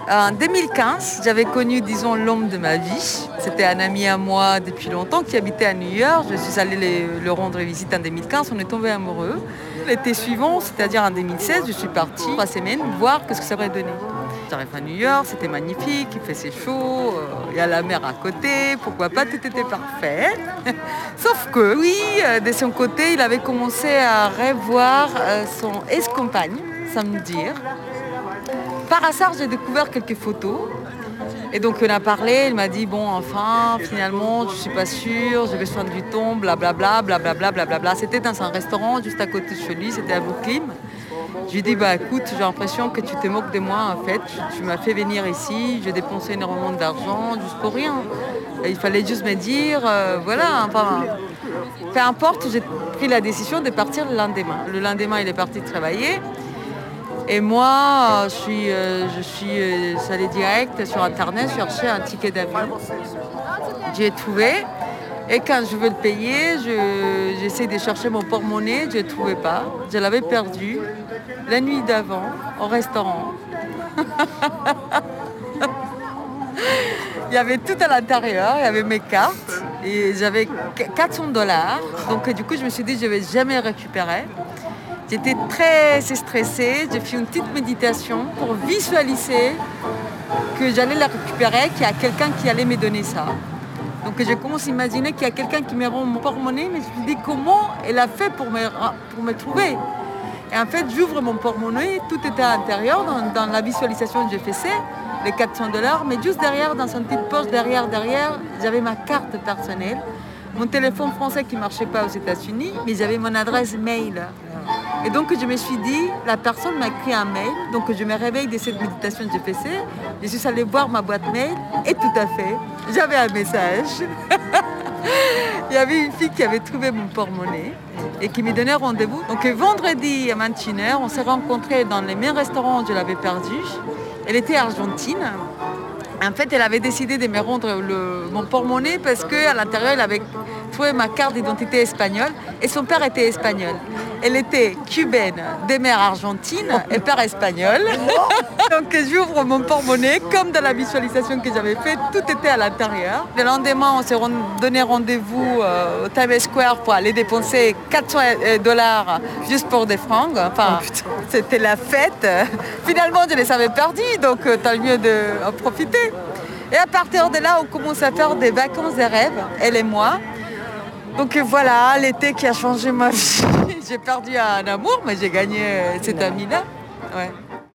En 2015, j'avais connu, disons, l'homme de ma vie. C'était un ami à moi depuis longtemps qui habitait à New York. Je suis allée le rendre visite en 2015. On est tombés amoureux. L'été suivant, c'est-à-dire en 2016, je suis partie 3 semaines voir ce que ça aurait donné. J'arrive à New York, c'était magnifique, il faisait chaud, il y a la mer à côté, pourquoi pas, tout était parfait. Sauf que, oui, de son côté, il avait commencé à revoir son ex-compagne, samedi. Par hasard, j'ai découvert quelques photos. Et donc, on a parlé, il m'a dit, bon, enfin, finalement, je ne suis pas sûre, j'ai besoin du ton, blablabla, blablabla, blablabla. C'était dans un restaurant juste à côté de chez lui, c'était à Brooklyn. Je lui ai dit, bah écoute, j'ai l'impression que tu te moques de moi, en fait. Tu m'as fait venir ici, j'ai dépensé énormément d'argent, juste pour rien. Et il fallait juste me dire, voilà, enfin, peu importe, j'ai pris la décision de partir le lendemain. Le lendemain, il est parti travailler. Et moi, je suis allée direct sur Internet chercher un ticket d'avion. J'ai trouvé. Et quand je veux le payer, j'essaie de chercher mon porte-monnaie, je ne le trouvais pas. Je l'avais perdu la nuit d'avant au restaurant. Il y avait tout à l'intérieur, il y avait mes cartes et j'avais $400. Donc du coup, je me suis dit, je ne vais jamais récupérer. J'étais très stressée, j'ai fait une petite méditation pour visualiser que j'allais la récupérer, qu'il y a quelqu'un qui allait me donner ça. Donc je commence à imaginer qu'il y a quelqu'un qui me rend mon porte-monnaie, mais je me dis comment elle a fait pour me trouver. Et en fait, j'ouvre mon porte-monnaie, tout était à l'intérieur, dans la visualisation que j'ai faite, les $400, mais juste derrière, dans son petite poche, derrière, j'avais ma carte personnelle, mon téléphone français qui ne marchait pas aux États-Unis, mais j'avais mon adresse mail. Et donc je me suis dit, la personne m'a écrit un mail, donc je me réveille de cette méditation que j'ai faite, je suis allée voir ma boîte mail, et tout à fait, j'avais un message. Il y avait une fille qui avait trouvé mon porte-monnaie et qui me donnait rendez-vous. Donc vendredi à 21h, on s'est rencontrés dans les mêmes restaurants où je l'avais perdu. Elle était argentine. En fait, elle avait décidé de me rendre mon porte-monnaie parce qu'à l'intérieur, elle avait trouvé ma carte d'identité espagnole et son père était espagnol. Elle était cubaine, de mère argentine et père espagnol. Donc j'ouvre mon porte-monnaie, comme dans la visualisation que j'avais faite, tout était à l'intérieur. Le lendemain, on s'est donné rendez-vous au Times Square pour aller dépenser $400 juste pour des francs. Enfin, c'était la fête. Finalement, je les avais perdus, donc tant mieux d'en profiter. Et à partir de là, on commence à faire des vacances de rêve, elle et moi. Donc voilà, l'été qui a changé ma vie. J'ai perdu un amour, mais j'ai gagné cet ami-là. Ouais.